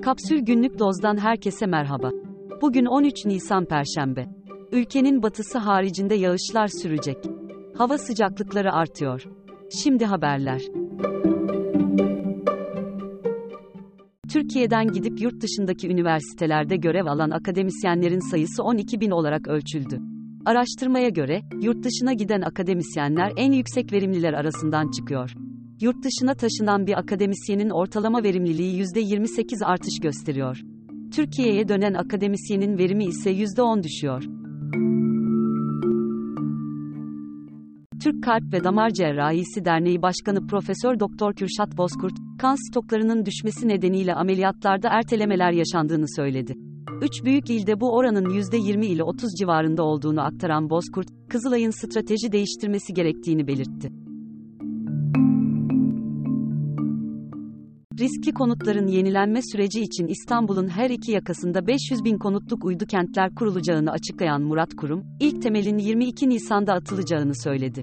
Kapsül Günlük Doz'dan herkese merhaba. Bugün 13 Nisan Perşembe. Ülkenin batısı haricinde yağışlar sürecek. Hava sıcaklıkları artıyor. Şimdi haberler. Türkiye'den gidip yurt dışındaki üniversitelerde görev alan akademisyenlerin sayısı 12.000 olarak ölçüldü. Araştırmaya göre, yurt dışına giden akademisyenler en yüksek verimliler arasından çıkıyor. Yurt dışına taşınan bir akademisyenin ortalama verimliliği %28 artış gösteriyor. Türkiye'ye dönen akademisyenin verimi ise %10 düşüyor. Türk Kalp ve Damar Cerrahisi Derneği Başkanı Profesör Doktor Kürşat Bozkurt, kan stoklarının düşmesi nedeniyle ameliyatlarda ertelemeler yaşandığını söyledi. 3 büyük ilde bu oranın %20 ile 30 civarında olduğunu aktaran Bozkurt, Kızılay'ın strateji değiştirmesi gerektiğini belirtti. Riskli konutların yenilenme süreci için İstanbul'un her iki yakasında 500.000 konutluk uydu kentler kurulacağını açıklayan Murat Kurum, ilk temelin 22 Nisan'da atılacağını söyledi.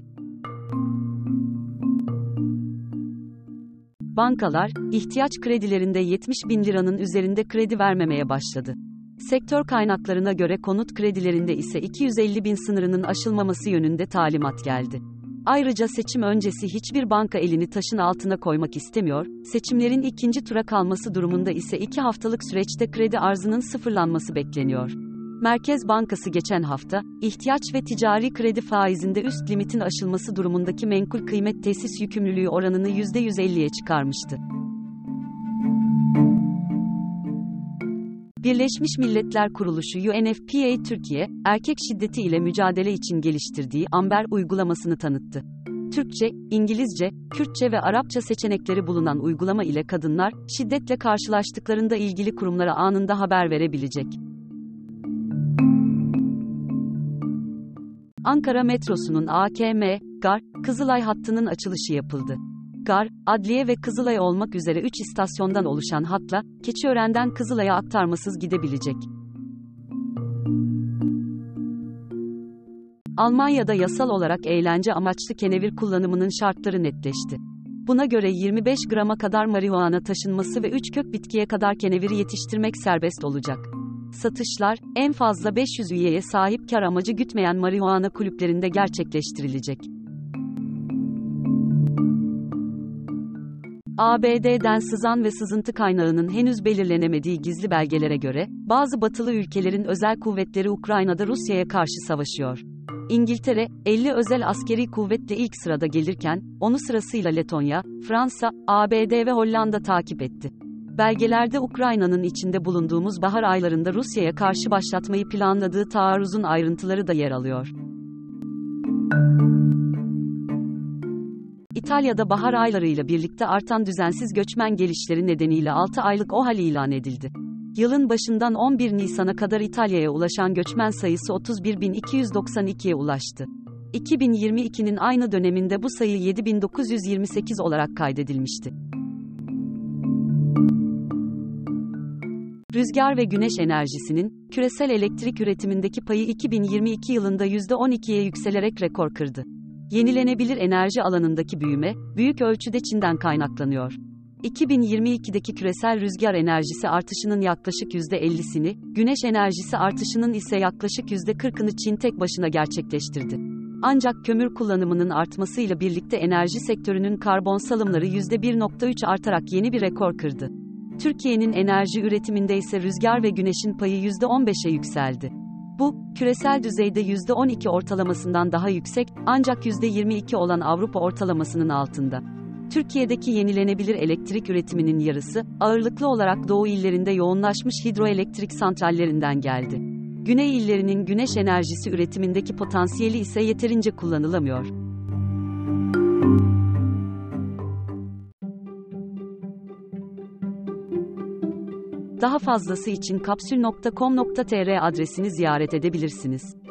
Bankalar, ihtiyaç kredilerinde 70.000 liranın üzerinde kredi vermemeye başladı. Sektör kaynaklarına göre konut kredilerinde ise 250.000 sınırının aşılmaması yönünde talimat geldi. Ayrıca seçim öncesi hiçbir banka elini taşın altına koymak istemiyor, seçimlerin ikinci tura kalması durumunda ise 2 haftalık süreçte kredi arzının sıfırlanması bekleniyor. Merkez Bankası geçen hafta, ihtiyaç ve ticari kredi faizinde üst limitin aşılması durumundaki menkul kıymet tesis yükümlülüğü oranını %150'ye çıkarmıştı. Birleşmiş Milletler Kuruluşu UNFPA Türkiye, erkek şiddeti ile mücadele için geliştirdiği Amber uygulamasını tanıttı. Türkçe, İngilizce, Kürtçe ve Arapça seçenekleri bulunan uygulama ile kadınlar, şiddetle karşılaştıklarında ilgili kurumlara anında haber verebilecek. Ankara metrosunun AKM, Gar, Kızılay hattının açılışı yapıldı. Gar, Adliye ve Kızılay olmak üzere 3 istasyondan oluşan hatla, Keçiören'den Kızılay'a aktarmasız gidebilecek. Almanya'da yasal olarak eğlence amaçlı kenevir kullanımının şartları netleşti. Buna göre 25 grama kadar marihuana taşınması ve 3 kök bitkiye kadar keneviri yetiştirmek serbest olacak. Satışlar, en fazla 500 üyeye sahip kar amacı gütmeyen marihuana kulüplerinde gerçekleştirilecek. ABD'den sızan ve sızıntı kaynağının henüz belirlenemediği gizli belgelere göre, bazı batılı ülkelerin özel kuvvetleri Ukrayna'da Rusya'ya karşı savaşıyor. İngiltere, 50 özel askeri kuvvetle ilk sırada gelirken, onu sırasıyla Letonya, Fransa, ABD ve Hollanda takip etti. Belgelerde Ukrayna'nın içinde bulunduğumuz bahar aylarında Rusya'ya karşı başlatmayı planladığı taarruzun ayrıntıları da yer alıyor. İtalya'da bahar aylarıyla birlikte artan düzensiz göçmen gelişleri nedeniyle 6 aylık OHAL ilan edildi. Yılın başından 11 Nisan'a kadar İtalya'ya ulaşan göçmen sayısı 31.292'ye ulaştı. 2022'nin aynı döneminde bu sayı 7.928 olarak kaydedilmişti. Rüzgar ve güneş enerjisinin, küresel elektrik üretimindeki payı 2022 yılında %12'ye yükselerek rekor kırdı. Yenilenebilir enerji alanındaki büyüme, büyük ölçüde Çin'den kaynaklanıyor. 2022'deki küresel rüzgar enerjisi artışının yaklaşık %50'sini, güneş enerjisi artışının ise yaklaşık %40'ını Çin tek başına gerçekleştirdi. Ancak kömür kullanımının artmasıyla birlikte enerji sektörünün karbon salımları %1.3 artarak yeni bir rekor kırdı. Türkiye'nin enerji üretiminde ise rüzgar ve güneşin payı %15'e yükseldi. Bu, küresel düzeyde %12 ortalamasından daha yüksek, ancak %22 olan Avrupa ortalamasının altında. Türkiye'deki yenilenebilir elektrik üretiminin yarısı, ağırlıklı olarak Doğu illerinde yoğunlaşmış hidroelektrik santrallerinden geldi. Güney illerinin güneş enerjisi üretimindeki potansiyeli ise yeterince kullanılamıyor. Daha fazlası için kapsül.com.tr adresini ziyaret edebilirsiniz.